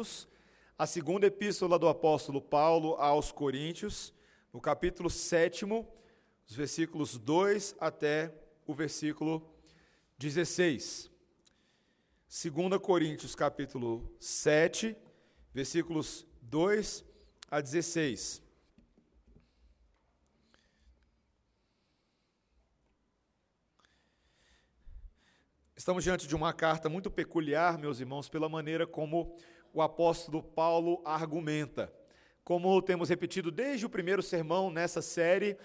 juntos a segunda epístola do apóstolo Paulo aos Coríntios, no capítulo 7, os versículos 2 até o versículo 16. 2 Coríntios, capítulo 7, versículos 2 a 16. Estamos diante de uma carta muito peculiar, meus irmãos, pela maneira como o apóstolo Paulo argumenta. Como temos repetido desde o primeiro sermão nessa série,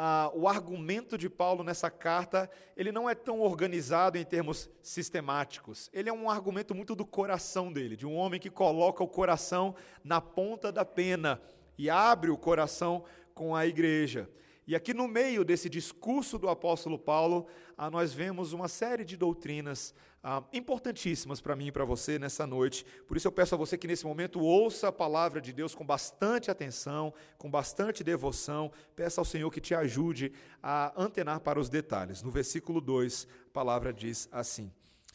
o argumento de Paulo nessa carta, ele não é tão organizado em termos sistemáticos. Ele é um argumento muito do coração dele, de um homem que coloca o coração na ponta da pena e abre o coração com a igreja. E aqui no meio desse discurso do apóstolo Paulo, nós vemos uma série de doutrinas importantíssimas para mim e para você nessa noite. Por isso eu peço a você que nesse momento ouça a palavra de Deus com bastante atenção, com bastante devoção. Peça ao Senhor que te ajude a antenar para os detalhes. No versículo 2, a palavra diz assim: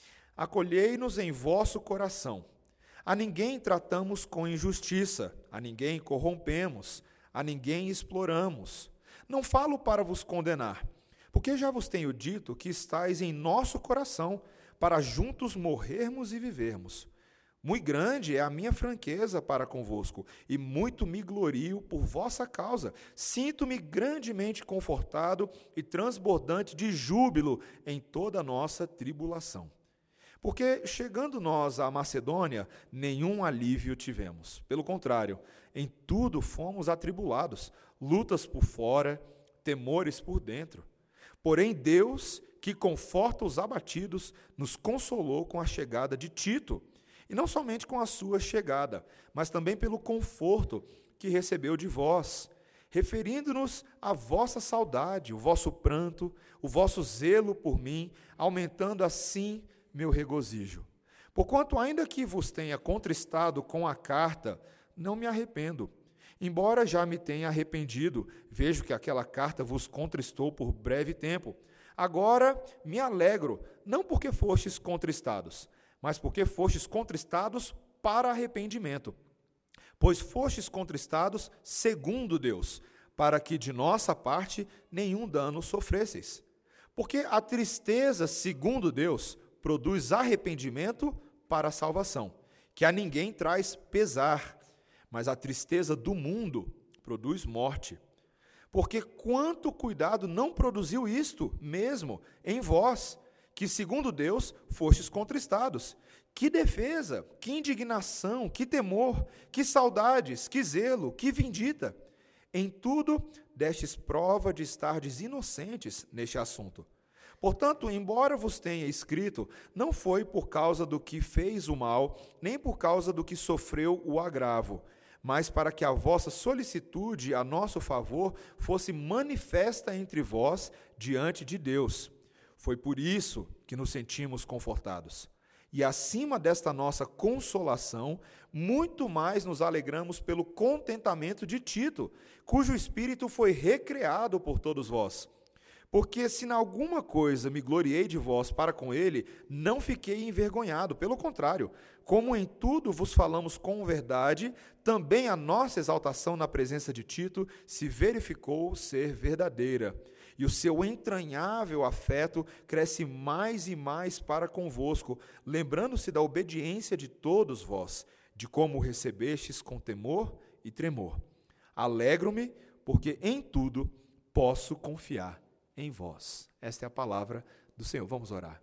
acolhei-nos em vosso coração. A ninguém tratamos com injustiça, a ninguém corrompemos, a ninguém exploramos. Não falo para vos condenar, porque já vos tenho dito que estáis em nosso coração, para juntos morrermos e vivermos. Muito grande é a minha franqueza para convosco, e muito me glorio por vossa causa. Sinto-me grandemente confortado e transbordante de júbilo em toda a nossa tribulação. Porque, chegando nós à Macedônia, nenhum alívio tivemos. Pelo contrário, em tudo fomos atribulados, lutas por fora, temores por dentro. Porém, Deus, que conforta os abatidos, nos consolou com a chegada de Tito, e não somente com a sua chegada, mas também pelo conforto que recebeu de vós, referindo-nos à vossa saudade, o vosso pranto, o vosso zelo por mim, aumentando assim meu regozijo. Porquanto, ainda que vos tenha contristado com a carta, não me arrependo. Embora já me tenha arrependido, vejo que aquela carta vos contristou por breve tempo. Agora me alegro, não porque fostes contristados, mas porque fostes contristados para arrependimento. Pois fostes contristados segundo Deus, para que de nossa parte nenhum dano sofresseis. Porque a tristeza segundo Deus produz arrependimento para a salvação, que a ninguém traz pesar, mas a tristeza do mundo produz morte. Porque quanto cuidado não produziu isto mesmo em vós, que segundo Deus fostes contristados. Que defesa, que indignação, que temor, que saudades, que zelo, que vindita. Em tudo destes prova de estardes inocentes neste assunto. Portanto, embora vos tenha escrito, não foi por causa do que fez o mal, nem por causa do que sofreu o agravo, mas para que a vossa solicitude a nosso favor fosse manifesta entre vós diante de Deus. Foi por isso que nos sentimos confortados. E acima desta nossa consolação, muito mais nos alegramos pelo contentamento de Tito, cujo espírito foi recreado por todos vós. Porque se em alguma coisa me gloriei de vós para com ele, não fiquei envergonhado, pelo contrário, como em tudo vos falamos com verdade, também a nossa exaltação na presença de Tito se verificou ser verdadeira, e o seu entranhável afeto cresce mais e mais para convosco, lembrando-se da obediência de todos vós, de como o recebestes com temor e tremor. Alegro-me, porque em tudo posso confiar em vós. Esta é a palavra do Senhor. Vamos orar.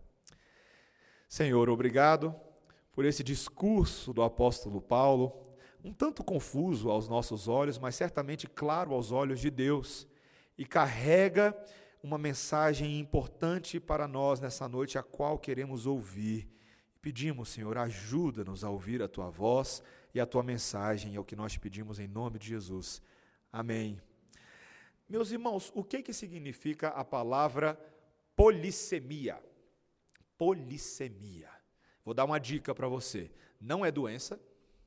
Senhor, obrigado por esse discurso do apóstolo Paulo, um tanto confuso aos nossos olhos, mas certamente claro aos olhos de Deus, e carrega uma mensagem importante para nós nessa noite, a qual queremos ouvir. Pedimos, Senhor, ajuda-nos a ouvir a Tua voz e a Tua mensagem, é o que nós te pedimos em nome de Jesus. Amém. Meus irmãos, o que significa a palavra polissemia? Polissemia. Vou dar uma dica para você. Não é doença,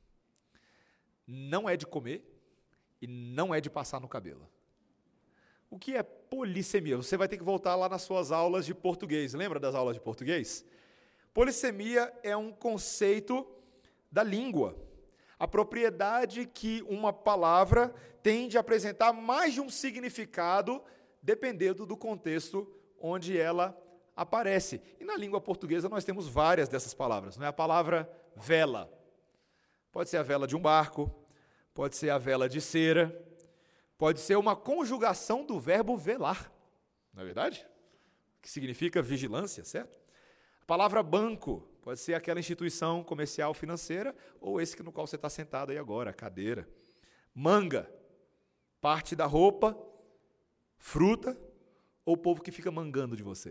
não é de comer e não é de passar no cabelo. O que é polissemia? Você vai ter que voltar lá nas suas aulas de português. Lembra das aulas de português? Polissemia é um conceito da língua. A propriedade que uma palavra tende a apresentar mais de um significado, dependendo do contexto onde ela aparece. E na língua portuguesa nós temos várias dessas palavras. Não é a palavra vela. Pode ser a vela de um barco, pode ser a vela de cera, pode ser uma conjugação do verbo velar. Não é verdade? Que significa vigilância, certo? A palavra banco pode ser aquela instituição comercial financeira ou esse no qual você está sentado aí agora, a cadeira. Manga, parte da roupa, fruta ou o povo que fica mangando de você.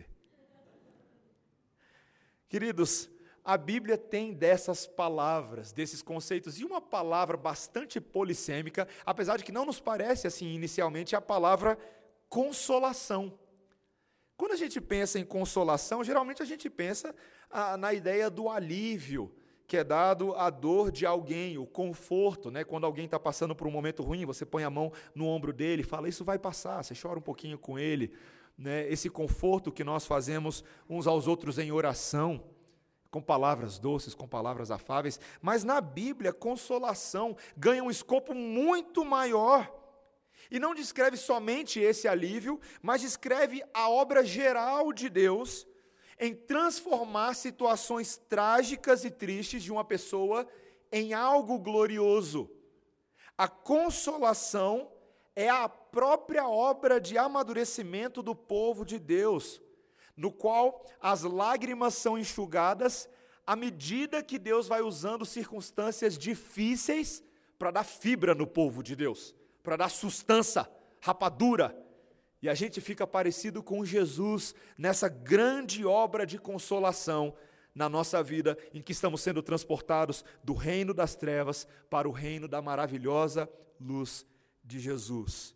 Queridos, a Bíblia tem dessas palavras, desses conceitos, e uma palavra bastante polissêmica, apesar de que não nos parece assim inicialmente, é a palavra consolação. Quando a gente pensa em consolação, geralmente a gente pensa na ideia do alívio que é dado à dor de alguém, o conforto, né? Quando alguém está passando por um momento ruim, você põe a mão no ombro dele e fala, isso vai passar, você chora um pouquinho com ele, né? Esse conforto que nós fazemos uns aos outros em oração, com palavras doces, com palavras afáveis, mas na Bíblia, consolação ganha um escopo muito maior, e não descreve somente esse alívio, mas descreve a obra geral de Deus em transformar situações trágicas e tristes de uma pessoa em algo glorioso. A consolação é a própria obra de amadurecimento do povo de Deus, no qual as lágrimas são enxugadas à medida que Deus vai usando circunstâncias difíceis para dar fibra no povo de Deus, para dar sustância, rapadura. E a gente fica parecido com Jesus nessa grande obra de consolação na nossa vida, em que estamos sendo transportados do reino das trevas para o reino da maravilhosa luz de Jesus.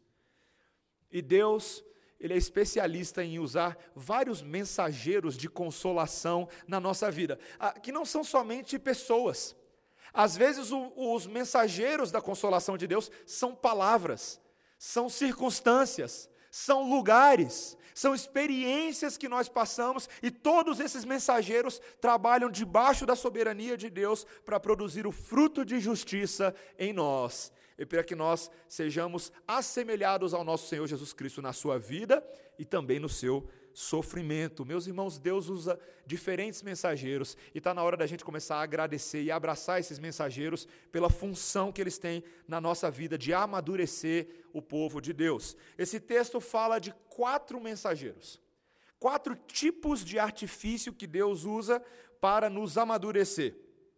E Deus, Ele é especialista em usar vários mensageiros de consolação na nossa vida, que não são somente pessoas. Às vezes os mensageiros da consolação de Deus são palavras, são circunstâncias, são lugares, são experiências que nós passamos, e todos esses mensageiros trabalham debaixo da soberania de Deus para produzir o fruto de justiça em nós, e para que nós sejamos assemelhados ao nosso Senhor Jesus Cristo na sua vida e também no seu sofrimento. Meus irmãos, Deus usa diferentes mensageiros, e está na hora da gente começar a agradecer e abraçar esses mensageiros pela função que eles têm na nossa vida de amadurecer o povo de Deus. Esse texto fala de 4 mensageiros, 4 tipos de artifício que Deus usa para nos amadurecer.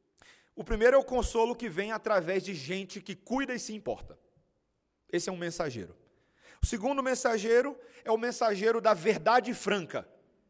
O primeiro é o consolo que vem através de gente que cuida e se importa. Esse é um mensageiro. O segundo mensageiro é o mensageiro da verdade franca.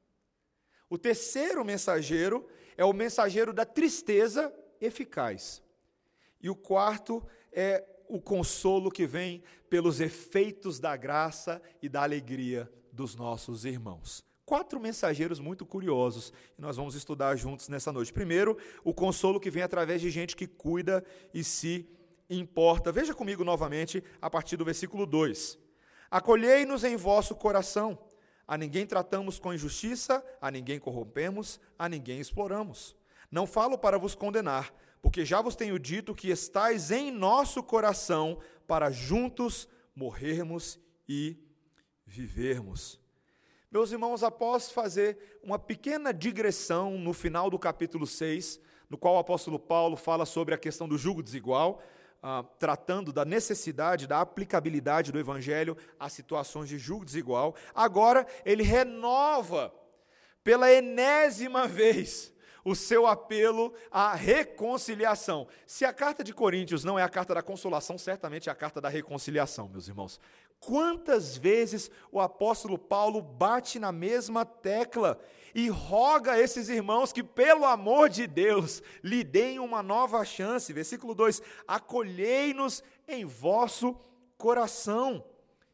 O terceiro mensageiro é o mensageiro da tristeza eficaz. E o quarto é o consolo que vem pelos efeitos da graça e da alegria dos nossos irmãos. 4 mensageiros muito curiosos, e nós vamos estudar juntos nessa noite. Primeiro, o consolo que vem através de gente que cuida e se importa. Veja comigo novamente, a partir do versículo 2. Acolhei-nos em vosso coração, a ninguém tratamos com injustiça, a ninguém corrompemos, a ninguém exploramos. Não falo para vos condenar, porque já vos tenho dito que estais em nosso coração para juntos morrermos e vivermos. Meus irmãos, após fazer uma pequena digressão no final do capítulo 6, no qual o apóstolo Paulo fala sobre a questão do jugo desigual, tratando da necessidade, da aplicabilidade do evangelho a situações de jugo desigual, agora ele renova pela enésima vez o seu apelo à reconciliação. Se a carta de Coríntios não é a carta da consolação, certamente é a carta da reconciliação, meus irmãos. Quantas vezes o apóstolo Paulo bate na mesma tecla e roga a esses irmãos que, pelo amor de Deus, lhe deem uma nova chance. Versículo 2, acolhei-nos em vosso coração.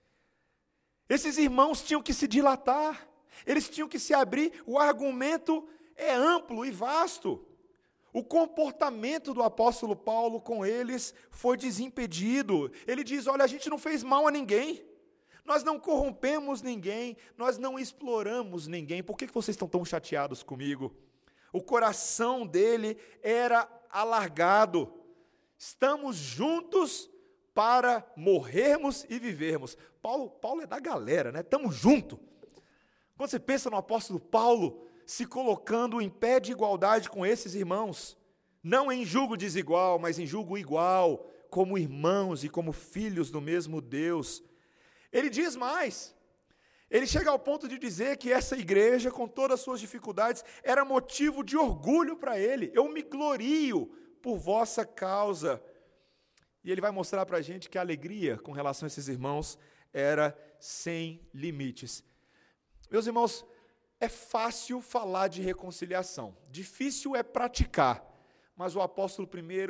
Esses irmãos tinham que se dilatar, eles tinham que se abrir, o argumento é amplo e vasto. O comportamento do apóstolo Paulo com eles foi desimpedido. Ele diz, olha, a gente não fez mal a ninguém, nós não corrompemos ninguém, nós não exploramos ninguém. Por que vocês estão tão chateados comigo? O coração dele era alargado. estamos juntos para morrermos e vivermos. Paulo é da galera, né? Estamos juntos. Quando você pensa no apóstolo Paulo se colocando em pé de igualdade com esses irmãos, não em julgo desigual, mas em julgo igual, como irmãos e como filhos do mesmo Deus. Ele diz mais, ele chega ao ponto de dizer que essa igreja, com todas as suas dificuldades, era motivo de orgulho para ele. Eu me glorio por vossa causa. E ele vai mostrar para a gente que a alegria com relação a esses irmãos era sem limites. Meus irmãos, é fácil falar de reconciliação, difícil é praticar, mas o apóstolo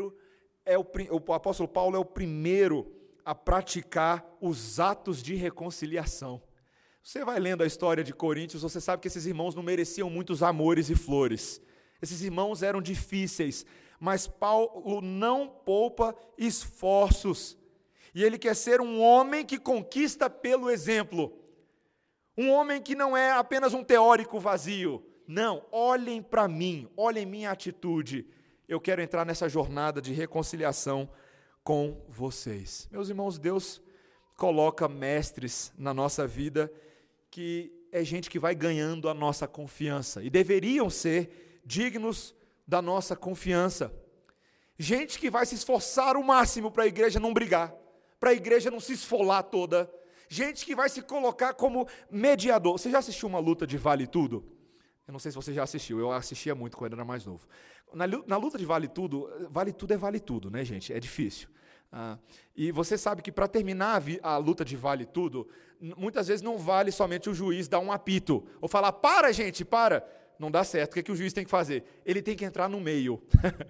Paulo é o primeiro a praticar os atos de reconciliação. Você vai lendo a história de Coríntios, você sabe que esses irmãos não mereciam muitos amores e flores. Esses irmãos eram difíceis, mas Paulo não poupa esforços. E ele quer ser um homem que conquista pelo exemplo. Um homem que não é apenas um teórico vazio. Não, olhem para mim, olhem minha atitude. Eu quero entrar nessa jornada de reconciliação com vocês. Meus irmãos, Deus coloca mestres na nossa vida que é gente que vai ganhando a nossa confiança e deveriam ser dignos da nossa confiança. Gente que vai se esforçar o máximo para a igreja não brigar, para a igreja não se esfolar toda. Gente que vai se colocar como mediador. Você já assistiu uma luta de Vale Tudo? Eu não sei se você já assistiu, eu assistia muito quando era mais novo. Na luta de Vale Tudo é Vale Tudo, né, gente? É difícil. E você sabe que para terminar a luta de Vale Tudo, muitas vezes não vale somente o juiz dar um apito, ou falar, para gente, para. Não dá certo, o que o juiz tem que fazer? Ele tem que entrar no meio.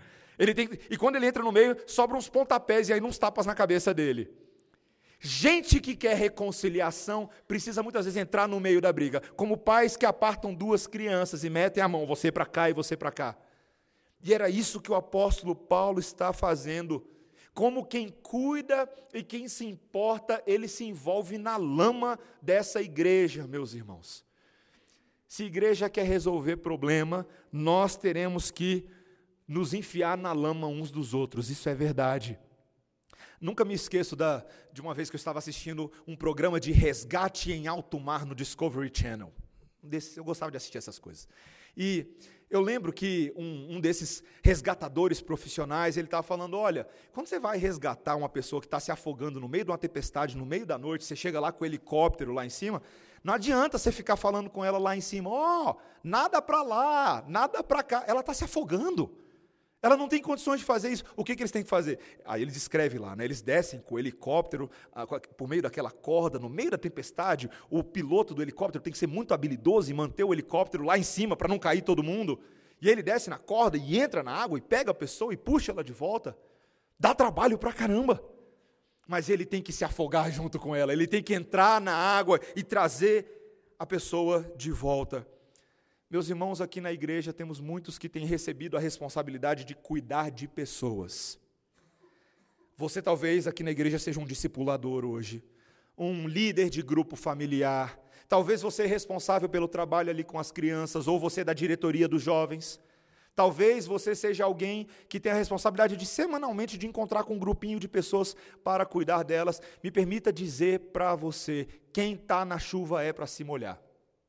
E quando ele entra no meio, sobram uns pontapés e aí uns tapas na cabeça dele. Gente que quer reconciliação precisa muitas vezes entrar no meio da briga, como pais que apartam duas crianças e metem a mão, você para cá e você para cá. E era isso que o apóstolo Paulo está fazendo. Como quem cuida e quem se importa, ele se envolve na lama dessa igreja, meus irmãos. Se a igreja quer resolver problema, nós teremos que nos enfiar na lama uns dos outros, isso é verdade. Nunca me esqueço de uma vez que eu estava assistindo um programa de resgate em alto mar no Discovery Channel. Eu gostava de assistir essas coisas. E eu lembro que um desses resgatadores profissionais, ele estava falando, olha, quando você vai resgatar uma pessoa que está se afogando no meio de uma tempestade, no meio da noite, você chega lá com o helicóptero lá em cima, não adianta você ficar falando com ela lá em cima, nada para lá, nada para cá, ela está se afogando. Ela não tem condições de fazer isso. O que eles têm que fazer? Aí ele descreve lá, né? Eles descem com o helicóptero, por meio daquela corda, no meio da tempestade, o piloto do helicóptero tem que ser muito habilidoso e manter o helicóptero lá em cima para não cair todo mundo. E ele desce na corda e entra na água e pega a pessoa e puxa ela de volta. Dá trabalho pra caramba. Mas ele tem que se afogar junto com ela, ele tem que entrar na água e trazer a pessoa de volta. Meus irmãos, aqui na igreja temos muitos que têm recebido a responsabilidade de cuidar de pessoas. Você talvez aqui na igreja seja um discipulador hoje, um líder de grupo familiar, talvez você é responsável pelo trabalho ali com as crianças, ou você é da diretoria dos jovens, talvez você seja alguém que tem a responsabilidade de semanalmente de encontrar com um grupinho de pessoas para cuidar delas. Me permita dizer para você, quem está na chuva é para se molhar.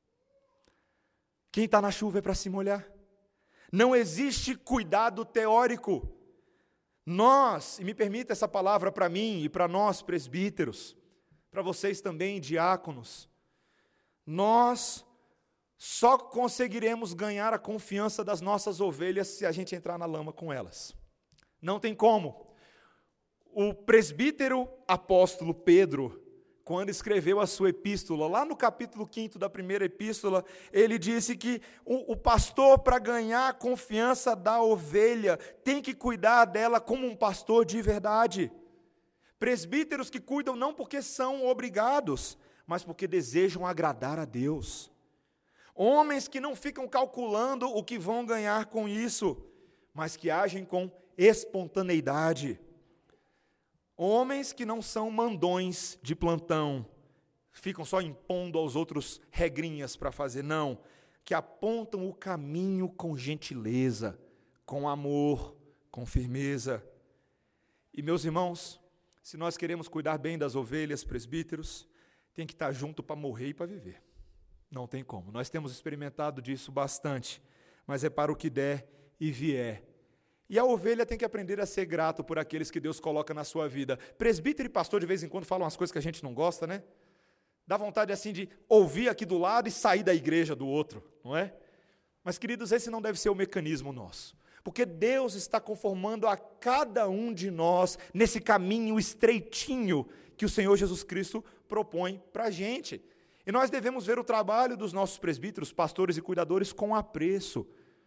Quem está na chuva é para se molhar. Não existe cuidado teórico. Nós, e me permita essa palavra para mim e para nós presbíteros, para vocês também diáconos, nós só conseguiremos ganhar a confiança das nossas ovelhas se a gente entrar na lama com elas. Não tem como. O presbítero apóstolo Pedro, quando escreveu a sua epístola, lá no capítulo 5 da primeira epístola, ele disse que o pastor, para ganhar a confiança da ovelha, tem que cuidar dela como um pastor de verdade. Presbíteros que cuidam não porque são obrigados, mas porque desejam agradar a Deus. Homens que não ficam calculando o que vão ganhar com isso, mas que agem com espontaneidade. Homens que não são mandões de plantão, ficam só impondo aos outros regrinhas para fazer, não, que apontam o caminho com gentileza, com amor, com firmeza. E meus irmãos, se nós queremos cuidar bem das ovelhas, presbíteros, tem que estar junto para morrer e para viver. Não tem como. Nós temos experimentado disso bastante, mas é para o que der e vier. E a ovelha tem que aprender a ser grato por aqueles que Deus coloca na sua vida. Presbítero e pastor de vez em quando falam umas coisas que a gente não gosta, né? Dá vontade assim de ouvir aqui do lado e sair da igreja do outro, não é? Mas queridos, esse não deve ser o mecanismo nosso. Porque Deus está conformando a cada um de nós nesse caminho estreitinho que o Senhor Jesus Cristo propõe para a gente. E nós devemos ver o trabalho dos nossos presbíteros, pastores e cuidadores com apreço,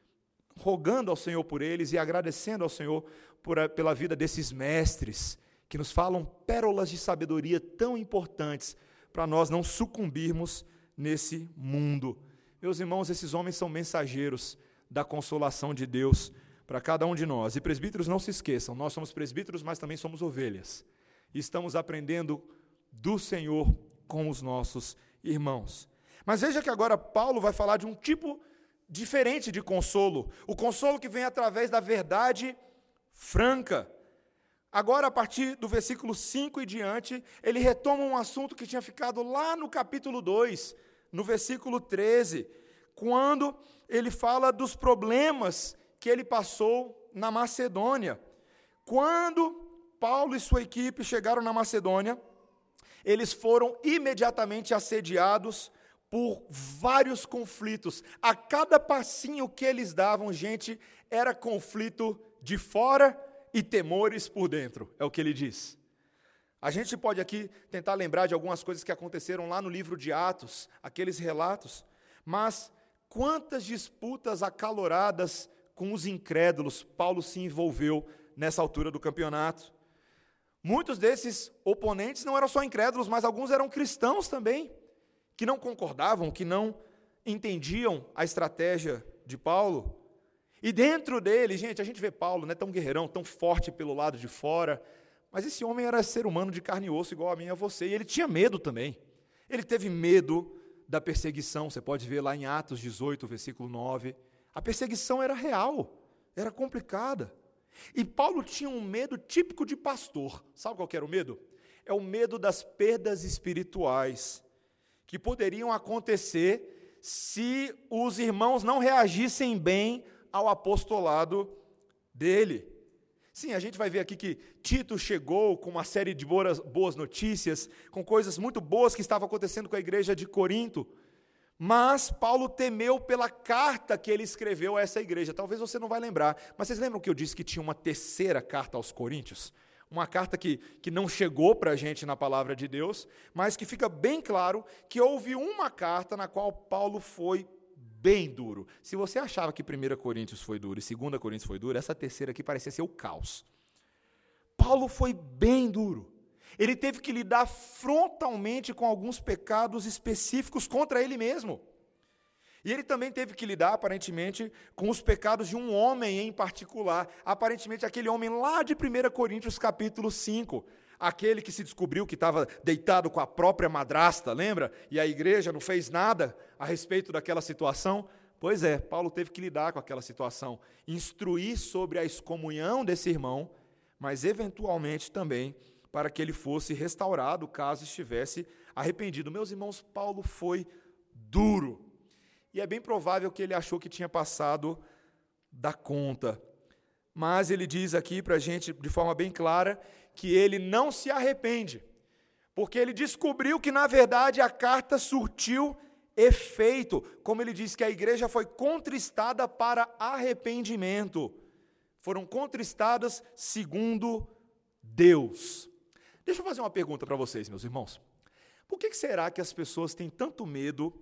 rogando ao Senhor por eles e agradecendo ao Senhor pela vida desses mestres, que nos falam pérolas de sabedoria tão importantes para nós não sucumbirmos nesse mundo. Meus irmãos, esses homens são mensageiros da consolação de Deus para cada um de nós. E presbíteros, não se esqueçam, nós somos presbíteros, mas também somos ovelhas. E estamos aprendendo do Senhor com os nossos irmãos. Mas veja que agora Paulo vai falar de um tipo diferente de consolo. O consolo que vem através da verdade franca. Agora, a partir do versículo 5 e diante, ele retoma um assunto que tinha ficado lá no capítulo 2, no versículo 13, quando ele fala dos problemas que ele passou na Macedônia. Quando Paulo e sua equipe chegaram na Macedônia, eles foram imediatamente assediados por vários conflitos. A cada passinho que eles davam, gente, era conflito de fora e temores por dentro, é o que ele diz. A gente pode aqui tentar lembrar de algumas coisas que aconteceram lá no livro de Atos, aqueles relatos, mas quantas disputas acaloradas com os incrédulos Paulo se envolveu nessa altura do campeonato. Muitos desses oponentes não eram só incrédulos, mas alguns eram cristãos também, que não concordavam, que não entendiam a estratégia de Paulo. E dentro dele, gente, a gente vê Paulo, né, tão guerreirão, tão forte pelo lado de fora, mas esse homem era ser humano de carne e osso, igual a mim e a você, e ele tinha medo também. Ele teve medo da perseguição, você pode ver lá em Atos 18, versículo 9. A perseguição era real, era complicada. E Paulo tinha um medo típico de pastor. Sabe qual que era o medo? É o medo das perdas espirituais, que poderiam acontecer se os irmãos não reagissem bem ao apostolado dele. Sim, a gente vai ver aqui que Tito chegou com uma série de boas notícias, com coisas muito boas que estavam acontecendo com a igreja de Corinto, mas Paulo temeu pela carta que ele escreveu a essa igreja. Talvez você não vai lembrar, mas vocês lembram que eu disse que tinha uma terceira carta aos Coríntios? Uma carta que não chegou para a gente na palavra de Deus, mas que fica bem claro que houve uma carta na qual Paulo foi bem duro. Se você achava que 1 Coríntios foi duro e 2 Coríntios foi duro, essa terceira aqui parecia ser o caos. Paulo foi bem duro. Ele teve que lidar frontalmente com alguns pecados específicos contra ele mesmo. E ele também teve que lidar, aparentemente, com os pecados de um homem em particular. Aparentemente, aquele homem lá de 1 Coríntios capítulo 5, aquele que se descobriu que estava deitado com a própria madrasta, lembra? E a igreja não fez nada a respeito daquela situação. Pois é, Paulo teve que lidar com aquela situação, instruir sobre a excomunhão desse irmão, mas eventualmente também para que ele fosse restaurado caso estivesse arrependido. Meus irmãos, Paulo foi duro. E é bem provável que ele achou que tinha passado da conta. Mas ele diz aqui para a gente, de forma bem clara, que ele não se arrepende, porque ele descobriu que, na verdade, a carta surtiu efeito. Como ele diz, que a igreja foi contristada para arrependimento. Foram contristadas segundo Deus. Deixa eu fazer uma pergunta para vocês, meus irmãos. Por que será que as pessoas têm tanto medo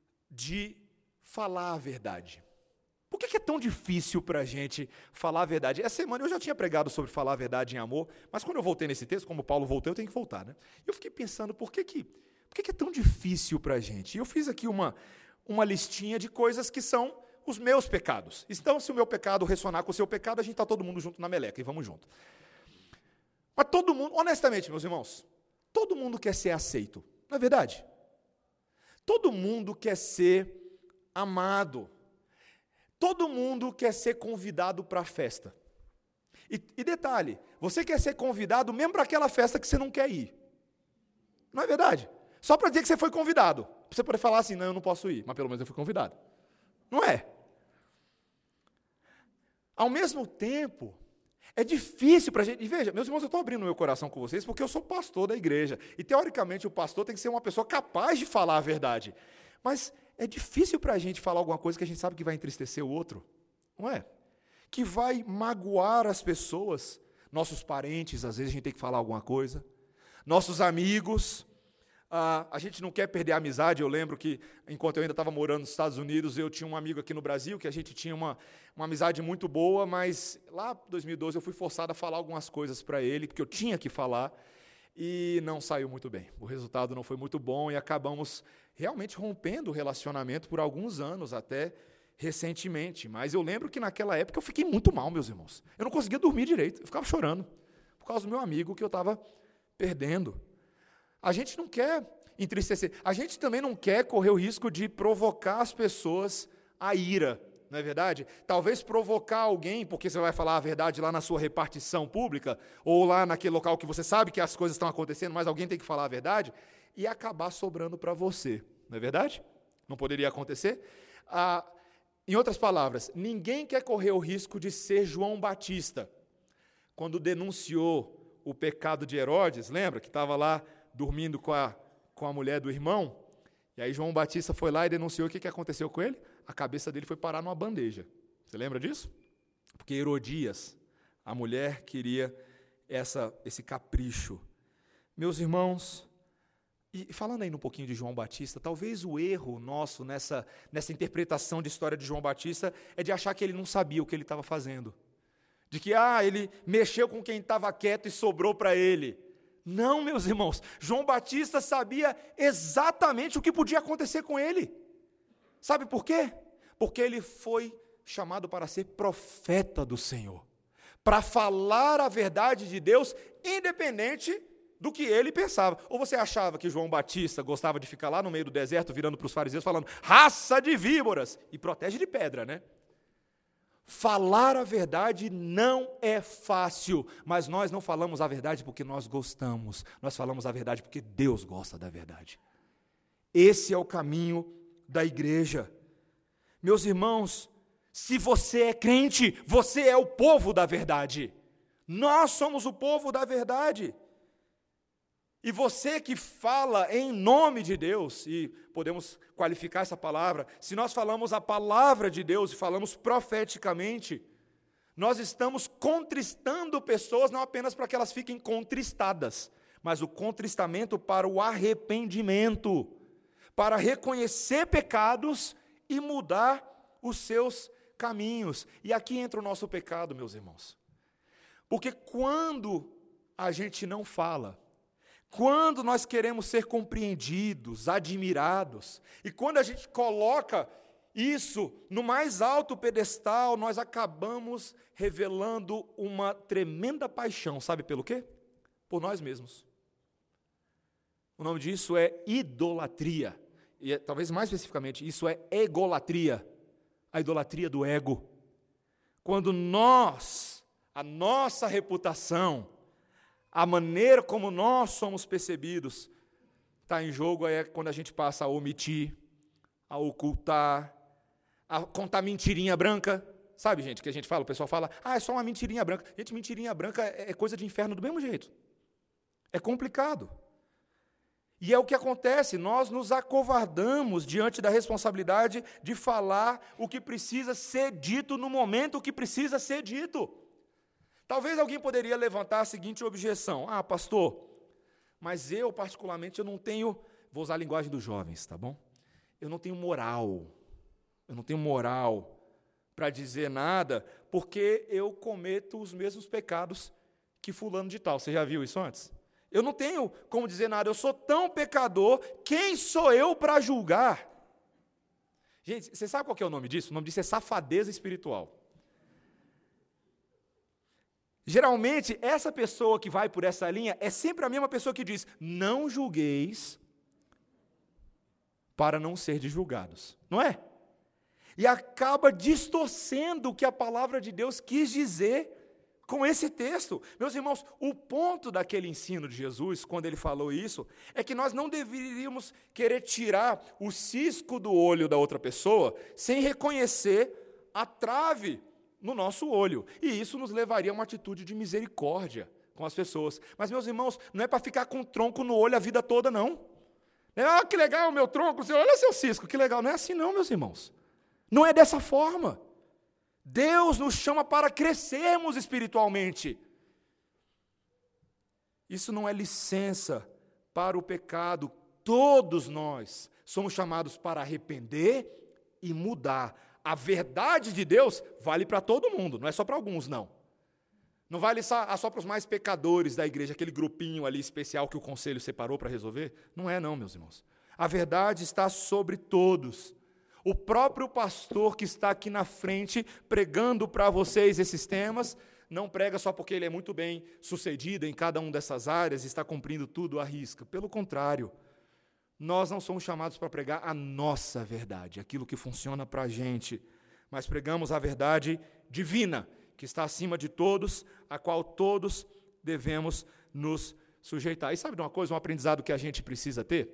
de falar a verdade? Por que é tão difícil para a gente falar a verdade? Essa semana eu já tinha pregado sobre falar a verdade em amor, mas quando eu voltei nesse texto, como Paulo voltou, eu tenho que voltar, né? Eu fiquei pensando, por que é tão difícil para a gente? E eu fiz aqui uma listinha de coisas que são os meus pecados. Então, se o meu pecado ressonar com o seu pecado, a gente está todo mundo junto na meleca, e vamos junto. Mas todo mundo, honestamente, meus irmãos, todo mundo quer ser aceito, não é verdade? Todo mundo quer ser amado. Todo mundo quer ser convidado para a festa. E detalhe, você quer ser convidado mesmo para aquela festa que você não quer ir. Não é verdade? Só para dizer que você foi convidado. Para você poder falar assim, não, eu não posso ir, mas pelo menos eu fui convidado. Não é? Ao mesmo tempo, é difícil para a gente... E veja, meus irmãos, eu estou abrindo meu coração com vocês porque eu sou pastor da igreja. E, teoricamente, o pastor tem que ser uma pessoa capaz de falar a verdade. Mas é difícil para a gente falar alguma coisa que a gente sabe que vai entristecer o outro. Não é? Que vai magoar as pessoas. Nossos parentes, às vezes a gente tem que falar alguma coisa. Nossos amigos... a gente não quer perder a amizade. Eu lembro que, enquanto eu ainda estava morando nos Estados Unidos, eu tinha um amigo aqui no Brasil, que a gente tinha uma amizade muito boa, mas lá em 2012 eu fui forçado a falar algumas coisas para ele, porque eu tinha que falar, e não saiu muito bem. O resultado não foi muito bom, e acabamos realmente rompendo o relacionamento por alguns anos, até recentemente. Mas eu lembro que naquela época eu fiquei muito mal, meus irmãos. Eu não conseguia dormir direito, eu ficava chorando, por causa do meu amigo que eu estava perdendo. A gente não quer entristecer, a gente também não quer correr o risco de provocar as pessoas a ira, não é verdade? Talvez provocar alguém, porque você vai falar a verdade lá na sua repartição pública, ou lá naquele local que você sabe que as coisas estão acontecendo, mas alguém tem que falar a verdade, e acabar sobrando para você, não é verdade? Não poderia acontecer? Em outras palavras, ninguém quer correr o risco de ser João Batista, quando denunciou o pecado de Herodes, lembra que estava lá dormindo com a mulher do irmão, e aí João Batista foi lá e denunciou. O que aconteceu com ele? A cabeça dele foi parar numa bandeja. Você lembra disso? Porque Herodias, a mulher, queria esse capricho. Meus irmãos, e falando ainda um pouquinho de João Batista, talvez o erro nosso nessa interpretação de história de João Batista é de achar que ele não sabia o que ele estava fazendo. De que, ele mexeu com quem estava quieto e sobrou para ele. Não, meus irmãos, João Batista sabia exatamente o que podia acontecer com ele. Sabe por quê? Porque ele foi chamado para ser profeta do Senhor, para falar a verdade de Deus, independente do que ele pensava. Ou você achava que João Batista gostava de ficar lá no meio do deserto, virando para os fariseus, falando, raça de víboras, e protege de pedra, né? Falar a verdade não é fácil, mas nós não falamos a verdade porque nós gostamos, nós falamos a verdade porque Deus gosta da verdade. Esse é o caminho da igreja. Meus irmãos, se você é crente, você é o povo da verdade. Nós somos o povo da verdade. E você que fala em nome de Deus, e podemos qualificar essa palavra, se nós falamos a palavra de Deus e falamos profeticamente, nós estamos contristando pessoas não apenas para que elas fiquem contristadas, mas o contristamento para o arrependimento, para reconhecer pecados e mudar os seus caminhos. E aqui entra o nosso pecado, meus irmãos. Porque quando a gente não fala, quando nós queremos ser compreendidos, admirados, e quando a gente coloca isso no mais alto pedestal, nós acabamos revelando uma tremenda paixão, sabe pelo quê? Por nós mesmos. O nome disso é idolatria, e talvez mais especificamente, isso é egolatria, a idolatria do ego. Quando a nossa reputação, a maneira como nós somos percebidos está em jogo, é quando a gente passa a omitir, a ocultar, a contar mentirinha branca. Sabe, gente, que a gente fala, o pessoal fala, é só uma mentirinha branca. Gente, mentirinha branca é coisa de inferno do mesmo jeito. É complicado. E é o que acontece, nós nos acovardamos diante da responsabilidade de falar o que precisa ser dito no momento que precisa ser dito. Talvez alguém poderia levantar a seguinte objeção: pastor, mas eu particularmente eu não tenho, vou usar a linguagem dos jovens, tá bom? Eu não tenho moral para dizer nada, porque eu cometo os mesmos pecados que fulano de tal. Você já viu isso antes? Eu não tenho como dizer nada, eu sou tão pecador, quem sou eu para julgar? Gente, você sabe qual que é o nome disso? O nome disso é safadeza espiritual. Geralmente, essa pessoa que vai por essa linha é sempre a mesma pessoa que diz, não julgueis para não ser julgados, não é? E acaba distorcendo o que a palavra de Deus quis dizer com esse texto. Meus irmãos, o ponto daquele ensino de Jesus, quando ele falou isso, é que nós não deveríamos querer tirar o cisco do olho da outra pessoa sem reconhecer a trave no nosso olho. E isso nos levaria a uma atitude de misericórdia com as pessoas. Mas, meus irmãos, não é para ficar com o tronco no olho a vida toda, não. Ah, que legal o meu tronco, olha seu cisco, que legal. Não é assim não, meus irmãos. Não é dessa forma. Deus nos chama para crescermos espiritualmente. Isso não é licença para o pecado. Todos nós somos chamados para arrepender e mudar. A verdade de Deus vale para todo mundo, não é só para alguns, não. Não vale só para os mais pecadores da igreja, aquele grupinho ali especial que o conselho separou para resolver. Não é não, meus irmãos. A verdade está sobre todos. O próprio pastor que está aqui na frente, pregando para vocês esses temas, não prega só porque ele é muito bem sucedido em cada uma dessas áreas e está cumprindo tudo à risca. Pelo contrário, nós não somos chamados para pregar a nossa verdade, aquilo que funciona para a gente, mas pregamos a verdade divina, que está acima de todos, a qual todos devemos nos sujeitar. E sabe de uma coisa, um aprendizado que a gente precisa ter?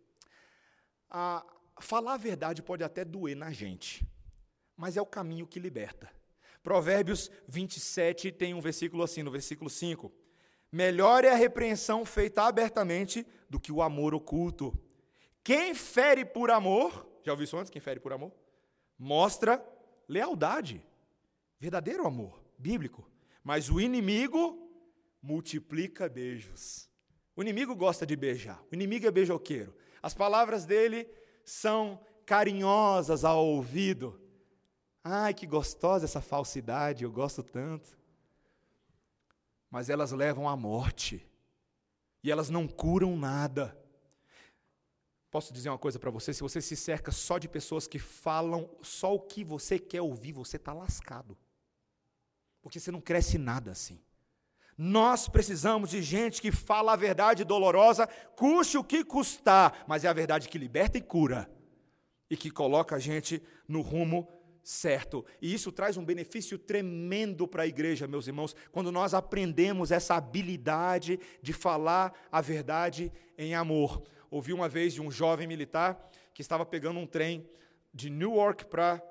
Falar a verdade pode até doer na gente, mas é o caminho que liberta. Provérbios 27 tem um versículo assim, no versículo 5. Melhor é a repreensão feita abertamente do que o amor oculto. Quem fere por amor, já ouviu isso antes? Quem fere por amor? Mostra lealdade, verdadeiro amor, bíblico. Mas o inimigo multiplica beijos. O inimigo gosta de beijar, o inimigo é beijoqueiro. As palavras dele são carinhosas ao ouvido. Ai, que gostosa essa falsidade, eu gosto tanto. Mas elas levam à morte. E elas não curam nada. Posso dizer uma coisa para você? Se você se cerca só de pessoas que falam só o que você quer ouvir, você está lascado. Porque você não cresce nada assim. Nós precisamos de gente que fala a verdade dolorosa, custe o que custar, mas é a verdade que liberta e cura, e que coloca a gente no rumo certo. E isso traz um benefício tremendo para a igreja, meus irmãos, quando nós aprendemos essa habilidade de falar a verdade em amor. Ouvi uma vez de um jovem militar que estava pegando um trem de Newark para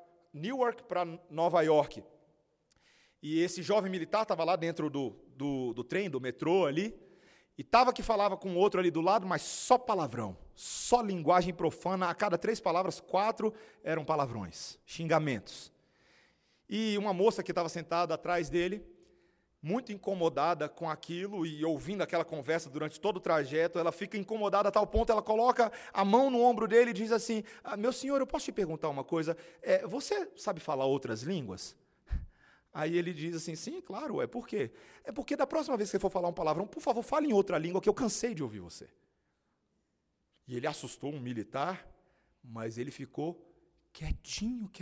Nova York. E esse jovem militar estava lá dentro do trem, do metrô ali, e estava que falava com outro ali do lado, mas só palavrão, só linguagem profana. A cada 3 palavras, 4 eram palavrões, xingamentos. E uma moça que estava sentada atrás dele, muito incomodada com aquilo e ouvindo aquela conversa durante todo o trajeto, ela fica incomodada a tal ponto, ela coloca a mão no ombro dele e diz assim: meu senhor, eu posso te perguntar uma coisa? Você sabe falar outras línguas? Aí ele diz assim: sim, claro, por quê? É porque da próxima vez que você for falar um palavrão, por favor, fale em outra língua, que eu cansei de ouvir você. E ele assustou um militar, mas ele ficou quietinho.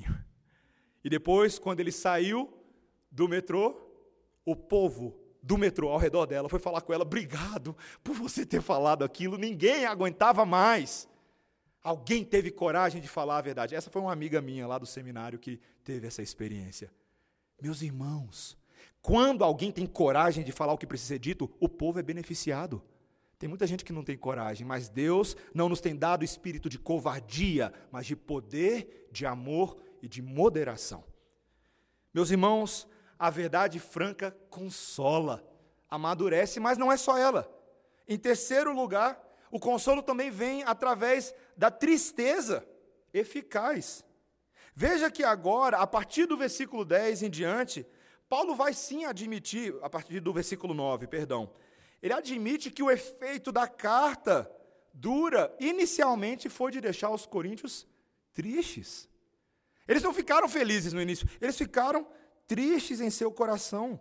E depois, quando ele saiu do metrô, o povo do metrô ao redor dela foi falar com ela: obrigado por você ter falado aquilo, ninguém aguentava mais. Alguém teve coragem de falar a verdade. Essa foi uma amiga minha lá do seminário que teve essa experiência. Meus irmãos, quando alguém tem coragem de falar o que precisa ser dito, o povo é beneficiado. Tem muita gente que não tem coragem, mas Deus não nos tem dado espírito de covardia, mas de poder, de amor e de moderação. Meus irmãos, a verdade franca consola, amadurece, mas não é só ela. Em terceiro lugar, o consolo também vem através da tristeza eficaz. Veja que agora, a partir do versículo 10 em diante, Paulo vai sim admitir, a partir do versículo 9, ele admite que o efeito da carta dura, inicialmente, foi de deixar os coríntios tristes. Eles não ficaram felizes no início, eles ficaram tristes em seu coração.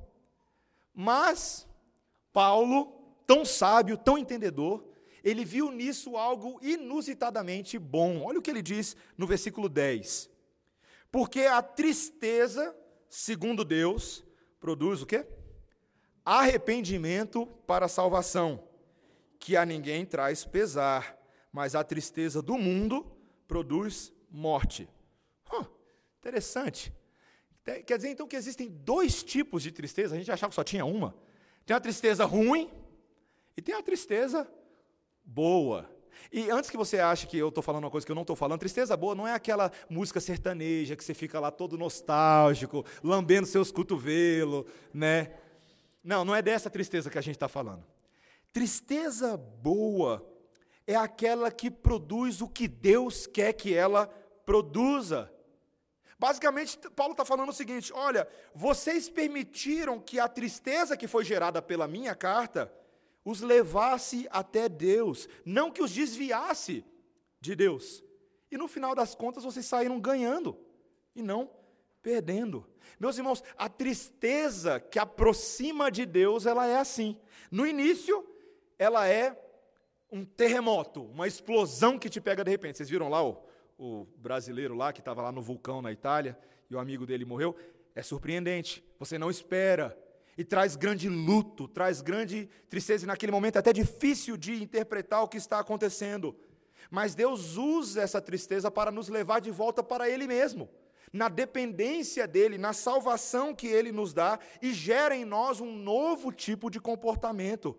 Mas Paulo, tão sábio, tão entendedor, ele viu nisso algo inusitadamente bom. Olha o que ele diz no versículo 10. Porque a tristeza, segundo Deus, produz o quê? Arrependimento para a salvação, que a ninguém traz pesar, mas a tristeza do mundo produz morte. Interessante. Quer dizer, então, que existem dois tipos de tristeza. A gente achava que só tinha uma. Tem a tristeza ruim e tem a tristeza boa. E antes que você ache que eu estou falando uma coisa que eu não estou falando, tristeza boa não é aquela música sertaneja que você fica lá todo nostálgico, lambendo seus cotovelos, né? Não é dessa tristeza que a gente está falando. Tristeza boa é aquela que produz o que Deus quer que ela produza. Basicamente, Paulo está falando o seguinte: olha, vocês permitiram que a tristeza que foi gerada pela minha carta os levasse até Deus, não que os desviasse de Deus. E no final das contas, vocês saíram ganhando e não perdendo. Meus irmãos, a tristeza que aproxima de Deus, ela é assim. No início, ela é um terremoto, uma explosão que te pega de repente. Vocês viram lá o brasileiro lá, que estava lá no vulcão na Itália, e o amigo dele morreu? É surpreendente, você não espera. E traz grande luto, traz grande tristeza, e naquele momento é até difícil de interpretar o que está acontecendo. Mas Deus usa essa tristeza para nos levar de volta para Ele mesmo, na dependência dEle, na salvação que Ele nos dá, e gera em nós um novo tipo de comportamento.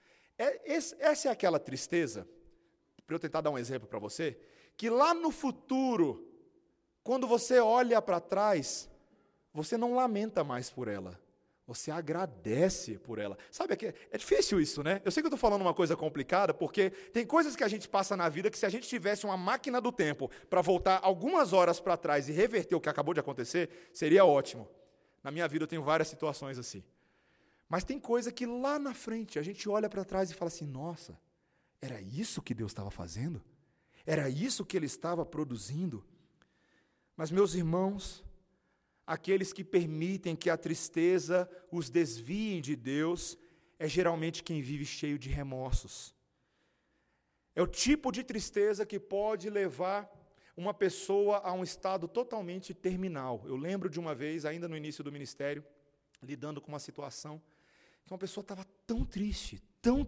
Essa é aquela tristeza, para eu tentar dar um exemplo para você, que lá no futuro, quando você olha para trás, você não lamenta mais por ela. Você agradece por ela. Sabe, é difícil isso, né? Eu sei que eu estou falando uma coisa complicada, porque tem coisas que a gente passa na vida que se a gente tivesse uma máquina do tempo para voltar algumas horas para trás e reverter o que acabou de acontecer, seria ótimo. Na minha vida eu tenho várias situações assim. Mas tem coisa que lá na frente a gente olha para trás e fala assim: nossa, era isso que Deus estava fazendo? Era isso que Ele estava produzindo? Mas, meus irmãos, aqueles que permitem que a tristeza os desvie de Deus, é geralmente quem vive cheio de remorsos. É o tipo de tristeza que pode levar uma pessoa a um estado totalmente terminal. Eu lembro de uma vez, ainda no início do ministério, lidando com uma situação, que uma pessoa estava tão triste,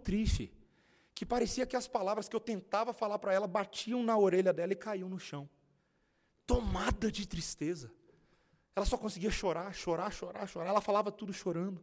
que parecia que as palavras que eu tentava falar para ela batiam na orelha dela e caíam no chão. Tomada de tristeza. Ela só conseguia chorar. Ela falava tudo chorando.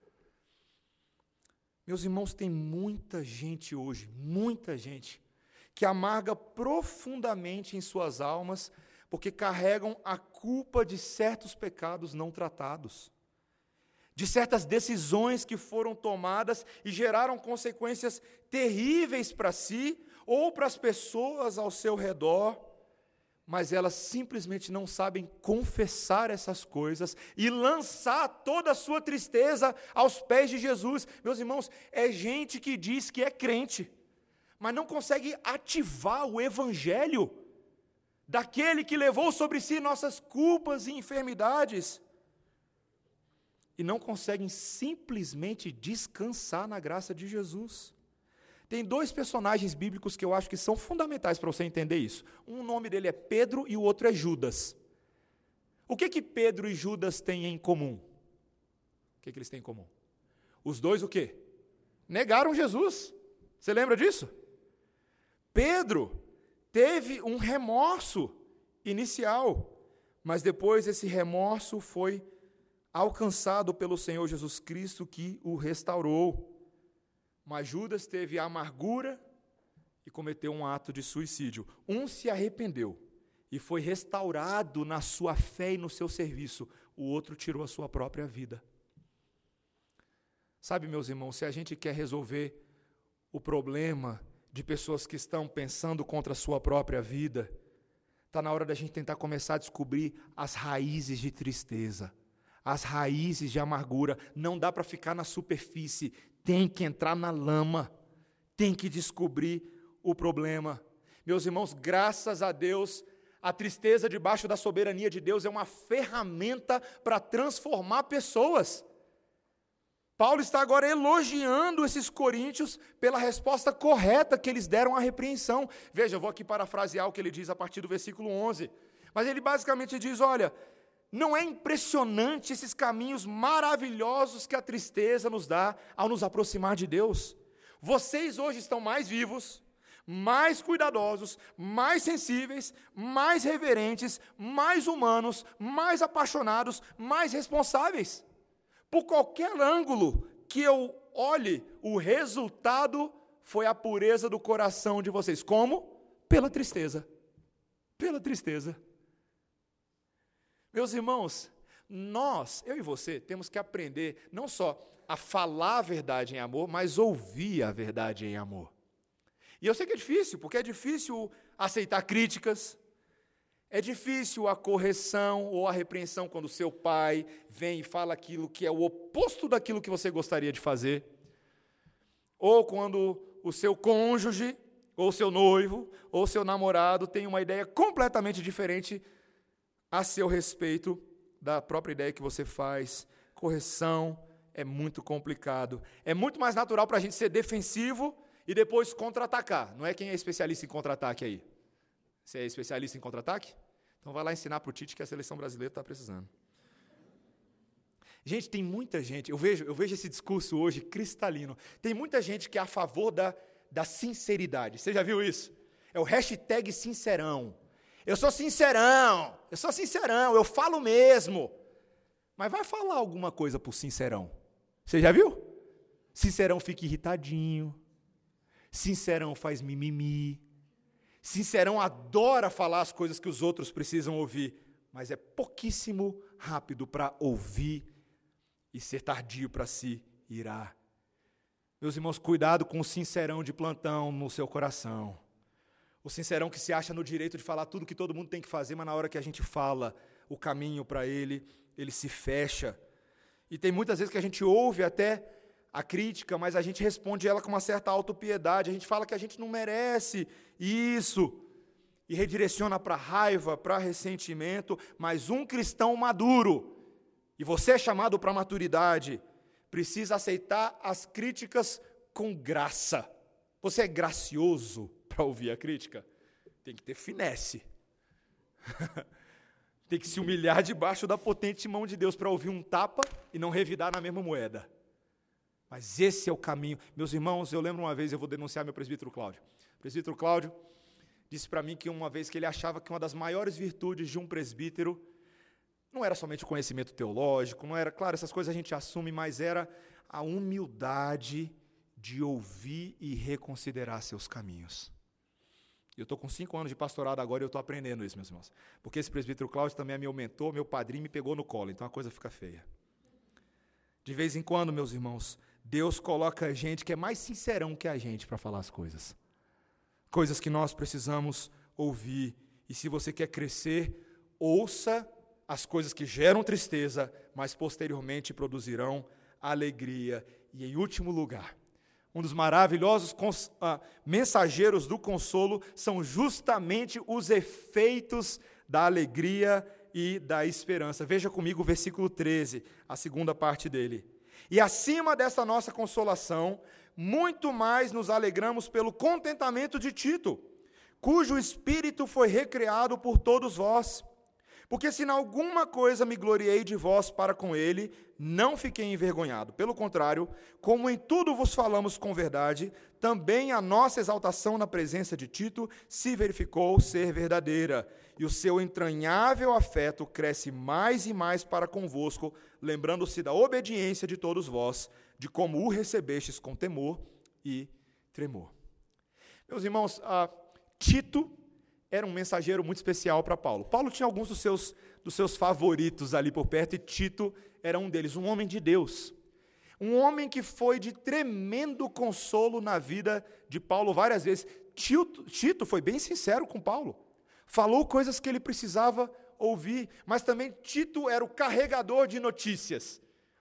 Meus irmãos, tem muita gente hoje, que amarga profundamente em suas almas, porque carregam a culpa de certos pecados não tratados, de certas decisões que foram tomadas e geraram consequências terríveis para si ou para as pessoas ao seu redor, mas elas simplesmente não sabem confessar essas coisas e lançar toda a sua tristeza aos pés de Jesus. Meus irmãos, é gente que diz que é crente, mas não consegue ativar o evangelho daquele que levou sobre si nossas culpas e enfermidades, e não conseguem simplesmente descansar na graça de Jesus. Tem dois personagens bíblicos que eu acho que são fundamentais para você entender isso. Um nome dele é Pedro e o outro é Judas. O que Pedro e Judas têm em comum? O que eles têm em comum? Os dois o quê? Negaram Jesus. Você lembra disso? Pedro teve um remorso inicial, mas depois esse remorso foi alcançado pelo Senhor Jesus Cristo, que o restaurou. Mas Judas teve a amargura e cometeu um ato de suicídio. Um se arrependeu e foi restaurado na sua fé e no seu serviço. O outro tirou a sua própria vida. Sabe, meus irmãos, se a gente quer resolver o problema de pessoas que estão pensando contra a sua própria vida, está na hora da gente tentar começar a descobrir as raízes de tristeza, as raízes de amargura. Não dá para ficar na superfície, tem que entrar na lama, tem que descobrir o problema. Meus irmãos, graças a Deus, a tristeza debaixo da soberania de Deus é uma ferramenta para transformar pessoas. Paulo está agora elogiando esses coríntios pela resposta correta que eles deram à repreensão. Veja, eu vou aqui parafrasear o que ele diz a partir do versículo 11. Mas ele basicamente diz, olha, não é impressionante esses caminhos maravilhosos que a tristeza nos dá ao nos aproximar de Deus? Vocês hoje estão mais vivos, mais cuidadosos, mais sensíveis, mais reverentes, mais humanos, mais apaixonados, mais responsáveis. Por qualquer ângulo que eu olhe, o resultado foi a pureza do coração de vocês. Como? Pela tristeza. Pela tristeza. Meus irmãos, eu e você, temos que aprender não só a falar a verdade em amor, mas ouvir a verdade em amor. E eu sei que é difícil, porque é difícil aceitar críticas, é difícil a correção ou a repreensão quando o seu pai vem e fala aquilo que é o oposto daquilo que você gostaria de fazer, ou quando o seu cônjuge, ou seu noivo, ou seu namorado tem uma ideia completamente diferente a seu respeito da própria ideia que você faz. Correção é muito complicado. É muito mais natural para a gente ser defensivo e depois contra-atacar. Não é quem é especialista em contra-ataque aí? Você é especialista em contra-ataque? Então vai lá ensinar para o Tite que a seleção brasileira está precisando. Gente, tem muita gente, eu vejo esse discurso hoje cristalino, tem muita gente que é a favor da sinceridade. Você já viu isso? É o hashtag sincerão. Eu sou sincerão, eu falo mesmo. Mas vai falar alguma coisa por sincerão. Você já viu? Sincerão fica irritadinho. Sincerão faz mimimi. Sincerão adora falar as coisas que os outros precisam ouvir, mas é pouquíssimo rápido para ouvir e ser tardio para se irar. Meus irmãos, cuidado com o sincerão de plantão no seu coração. O sincerão que se acha no direito de falar tudo que todo mundo tem que fazer, mas na hora que a gente fala o caminho para ele se fecha. E tem muitas vezes que a gente ouve até a crítica, mas a gente responde ela com uma certa autopiedade, a gente fala que a gente não merece isso, e redireciona para raiva, para ressentimento, mas um cristão maduro, e você é chamado para a maturidade, precisa aceitar as críticas com graça. Você é gracioso para ouvir a crítica? Tem que ter finesse. Tem que se humilhar debaixo da potente mão de Deus para ouvir um tapa e não revidar na mesma moeda. Mas esse é o caminho. Meus irmãos, eu lembro uma vez, eu vou denunciar meu presbítero Cláudio. O presbítero Cláudio disse para mim que uma vez que ele achava que uma das maiores virtudes de um presbítero não era somente o conhecimento teológico, não era, claro, essas coisas a gente assume, mas era a humildade de ouvir e reconsiderar seus caminhos. Eu estou com 5 anos de pastorado agora e eu estou aprendendo isso, meus irmãos. Porque esse presbítero Cláudio também é meu mentor, meu padrinho, me pegou no colo, então a coisa fica feia. De vez em quando, meus irmãos, Deus coloca gente que é mais sincerão que a gente para falar as coisas. Coisas que nós precisamos ouvir. E se você quer crescer, ouça as coisas que geram tristeza, mas posteriormente produzirão alegria. E em último lugar, um dos maravilhosos mensageiros do consolo são justamente os efeitos da alegria e da esperança. Veja comigo o versículo 13, a segunda parte dele. E acima dessa nossa consolação, muito mais nos alegramos pelo contentamento de Tito, cujo espírito foi recriado por todos vós. Porque se em alguma coisa me gloriei de vós para com ele, não fiquei envergonhado. Pelo contrário, como em tudo vos falamos com verdade, também a nossa exaltação na presença de Tito se verificou ser verdadeira. E o seu entranhável afeto cresce mais e mais para convosco, lembrando-se da obediência de todos vós, de como o recebestes com temor e tremor. Meus irmãos, Tito era um mensageiro muito especial para Paulo. Paulo tinha alguns dos seus favoritos ali por perto, e Tito era um deles, um homem de Deus. Um homem que foi de tremendo consolo na vida de Paulo várias vezes. Tito foi bem sincero com Paulo. Falou coisas que ele precisava ouvir, mas também Tito era o carregador de notícias.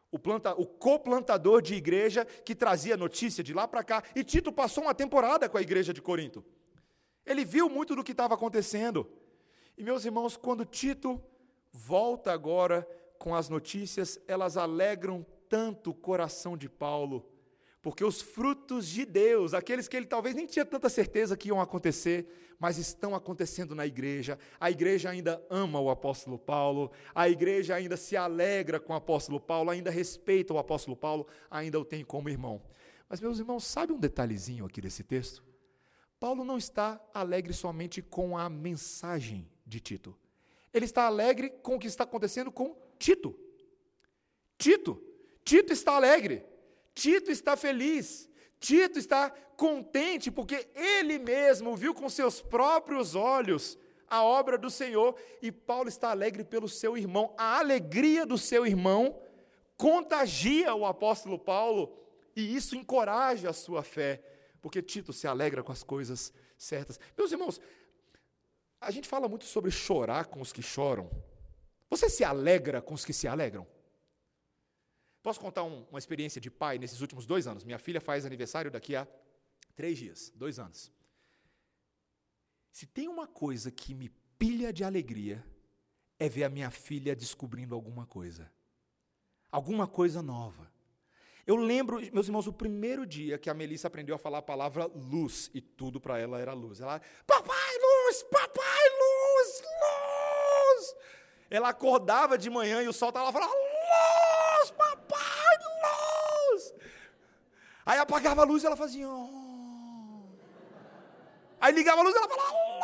O coplantador de igreja que trazia notícia de lá para cá. E Tito passou uma temporada com a igreja de Corinto. Ele viu muito do que estava acontecendo. E, meus irmãos, quando Tito volta agora com as notícias, elas alegram tanto o coração de Paulo, porque os frutos de Deus, aqueles que ele talvez nem tinha tanta certeza que iam acontecer, mas estão acontecendo na igreja. A igreja ainda ama o apóstolo Paulo, a igreja ainda se alegra com o apóstolo Paulo, ainda respeita o apóstolo Paulo, ainda o tem como irmão. Mas, meus irmãos, sabe um detalhezinho aqui desse texto? Paulo não está alegre somente com a mensagem de Tito. Ele está alegre com o que está acontecendo com Tito. Tito está alegre. Tito está feliz. Tito está contente porque ele mesmo viu com seus próprios olhos a obra do Senhor, e Paulo está alegre pelo seu irmão. A alegria do seu irmão contagia o apóstolo Paulo, e isso encoraja a sua fé, porque Tito se alegra com as coisas certas. Meus irmãos, a gente fala muito sobre chorar com os que choram. Você se alegra com os que se alegram? Posso contar uma experiência de pai nesses últimos 2 anos? Minha filha faz aniversário daqui a 3 dias, 2 anos. Se tem uma coisa que me pilha de alegria, é ver a minha filha descobrindo alguma coisa nova. Eu lembro, meus irmãos, o primeiro dia que a Melissa aprendeu a falar a palavra luz, e tudo para ela era luz. Ela, papai, luz, luz. Ela acordava de manhã e o sol estava lá falando, luz, papai, luz. Aí apagava a luz e ela fazia, oh. Aí ligava a luz e ela falava, luz.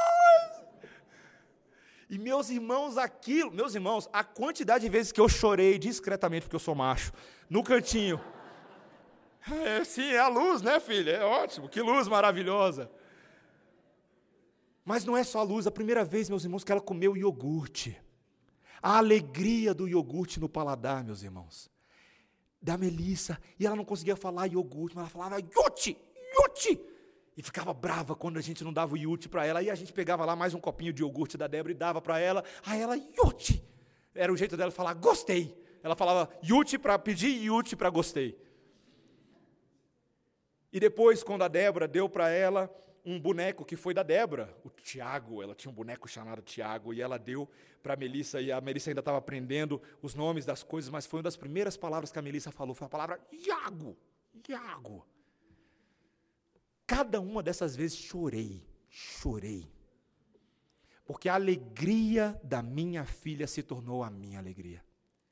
E meus irmãos, a quantidade de vezes que eu chorei discretamente, porque eu sou macho, no cantinho. Sim, é a luz, né, filha? É ótimo, que luz maravilhosa. Mas não é só a luz, a primeira vez, meus irmãos, que ela comeu iogurte. A alegria do iogurte no paladar, meus irmãos. Da Melissa, e ela não conseguia falar iogurte, mas ela falava iogurte. E ficava brava quando a gente não dava o iogurte para ela. Aí a gente pegava lá mais um copinho de iogurte da Débora e dava para ela. Aí ela, iogurte. Era o jeito dela falar, gostei. Ela falava iogurte para pedir e iogurte para gostei. E depois, quando a Débora deu para ela um boneco que foi da Débora, o Tiago, ela tinha um boneco chamado Tiago, e ela deu para a Melissa, e a Melissa ainda estava aprendendo os nomes das coisas, mas foi uma das primeiras palavras que a Melissa falou, foi a palavra Iago. Cada uma dessas vezes chorei, porque a alegria da minha filha se tornou a minha alegria.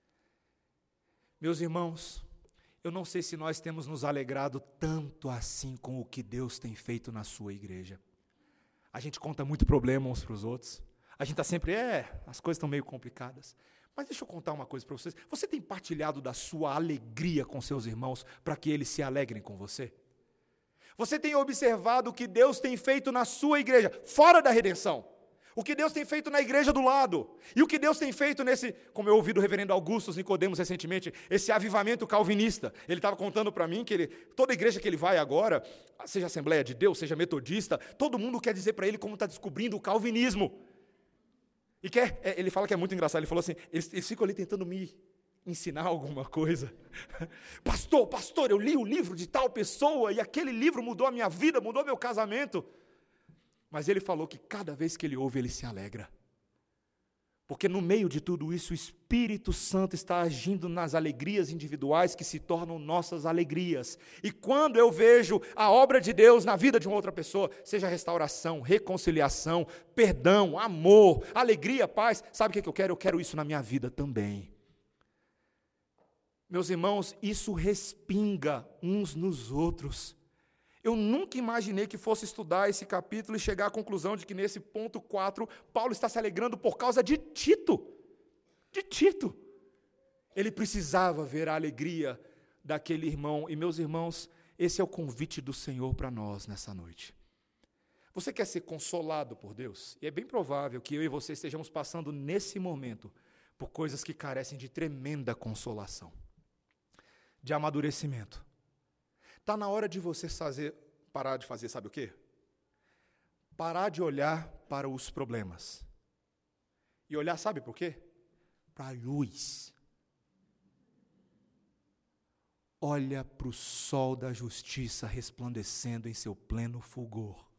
Meus irmãos, eu não sei se nós temos nos alegrado tanto assim com o que Deus tem feito na sua igreja. A gente conta muito problema uns para os outros, a gente está sempre, as coisas estão meio complicadas. Mas deixa eu contar uma coisa para vocês, você tem partilhado da sua alegria com seus irmãos para que eles se alegrem com você? Você tem observado o que Deus tem feito na sua igreja, fora da redenção? O que Deus tem feito na igreja do lado? E o que Deus tem feito nesse, como eu ouvi do reverendo Augusto Nicodemos recentemente, esse avivamento calvinista. Ele estava contando para mim que toda igreja que ele vai agora, seja Assembleia de Deus, seja metodista, todo mundo quer dizer para ele como está descobrindo o calvinismo. E ele fala que é muito engraçado, ele falou assim, eles ficam ali tentando me ensinar alguma coisa. Pastor, eu li o livro de tal pessoa e aquele livro mudou a minha vida, mudou meu casamento. Mas ele falou que cada vez que ele ouve, ele se alegra. Porque no meio de tudo isso, o Espírito Santo está agindo nas alegrias individuais que se tornam nossas alegrias. E quando eu vejo a obra de Deus na vida de uma outra pessoa, seja restauração, reconciliação, perdão, amor, alegria, paz, sabe o que eu quero? Eu quero isso na minha vida também. Meus irmãos, isso respinga uns nos outros. Eu nunca imaginei que fosse estudar esse capítulo e chegar à conclusão de que nesse ponto 4, Paulo está se alegrando por causa de Tito. De Tito. Ele precisava ver a alegria daquele irmão. E, meus irmãos, esse é o convite do Senhor para nós nessa noite. Você quer ser consolado por Deus? E é bem provável que eu e você estejamos passando nesse momento por coisas que carecem de tremenda consolação, de amadurecimento. Está na hora de você parar de fazer, sabe o quê? Parar de olhar para os problemas. E olhar, sabe por quê? Para a luz. Olha para o sol da justiça resplandecendo em seu pleno fulgor.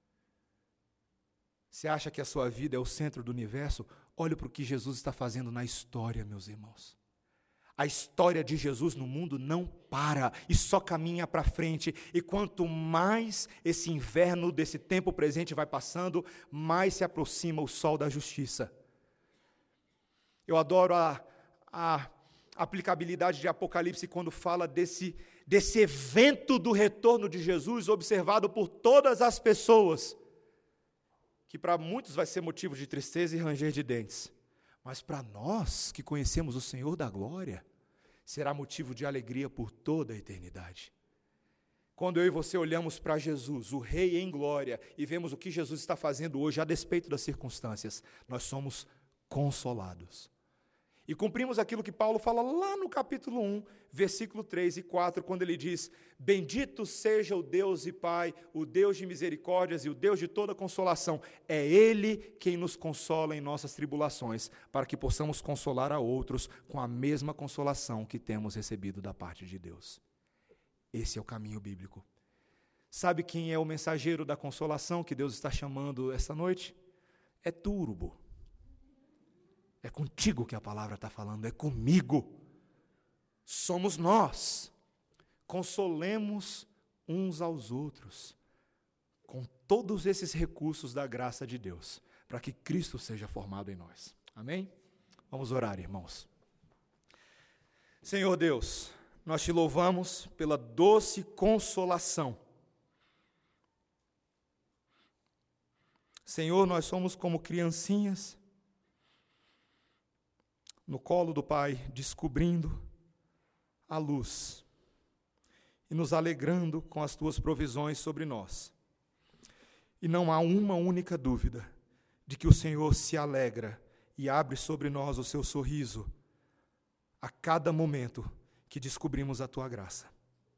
Você acha que a sua vida é o centro do universo? Olhe para o que Jesus está fazendo na história, meus irmãos. A história de Jesus no mundo não para e só caminha para frente. E quanto mais esse inverno desse tempo presente vai passando, mais se aproxima o sol da justiça. Eu adoro a aplicabilidade de Apocalipse quando fala desse evento do retorno de Jesus, observado por todas as pessoas, que para muitos vai ser motivo de tristeza e ranger de dentes, mas para nós que conhecemos o Senhor da glória, será motivo de alegria por toda a eternidade. Quando eu e você olhamos para Jesus, o Rei em glória, e vemos o que Jesus está fazendo hoje, a despeito das circunstâncias, nós somos consolados. E cumprimos aquilo que Paulo fala lá no capítulo 1, versículo 3 e 4, quando ele diz: bendito seja o Deus e Pai, o Deus de misericórdias e o Deus de toda consolação. É Ele quem nos consola em nossas tribulações, para que possamos consolar a outros com a mesma consolação que temos recebido da parte de Deus. Esse é o caminho bíblico. Sabe quem é o mensageiro da consolação que Deus está chamando esta noite? É tu, urubu. É contigo que a palavra está falando, é comigo. Somos nós. Consolemos uns aos outros com todos esses recursos da graça de Deus, para que Cristo seja formado em nós. Amém? Vamos orar, irmãos. Senhor Deus, nós te louvamos pela doce consolação. Senhor, nós somos como criancinhas no colo do Pai, descobrindo a luz e nos alegrando com as tuas provisões sobre nós. E não há uma única dúvida de que o Senhor se alegra e abre sobre nós o seu sorriso a cada momento que descobrimos a tua graça.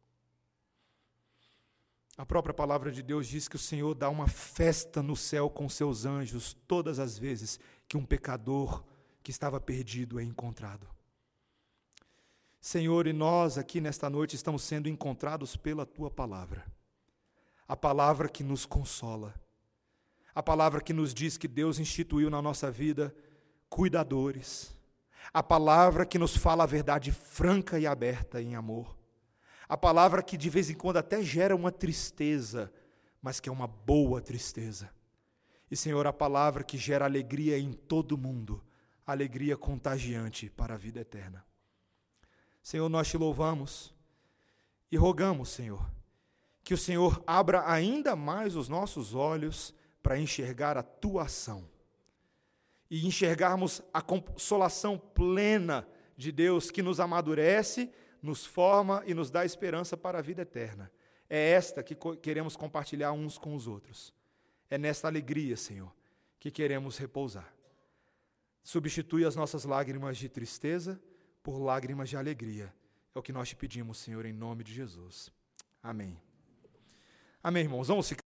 A própria palavra de Deus diz que o Senhor dá uma festa no céu com seus anjos todas as vezes que um pecador que estava perdido é encontrado. Senhor, e nós aqui nesta noite estamos sendo encontrados pela tua palavra. A palavra que nos consola. A palavra que nos diz que Deus instituiu na nossa vida cuidadores. A palavra que nos fala a verdade franca e aberta em amor. A palavra que de vez em quando até gera uma tristeza, mas que é uma boa tristeza. E, Senhor, a palavra que gera alegria em todo mundo, alegria contagiante para a vida eterna. Senhor, nós te louvamos e rogamos, Senhor, que o Senhor abra ainda mais os nossos olhos para enxergar a tua ação. E enxergarmos a consolação plena de Deus que nos amadurece, nos forma e nos dá esperança para a vida eterna. É esta que queremos compartilhar uns com os outros. É nesta alegria, Senhor, que queremos repousar. Substitui as nossas lágrimas de tristeza por lágrimas de alegria. É o que nós te pedimos, Senhor, em nome de Jesus. Amém. Amém, irmãos. Vamos ficar.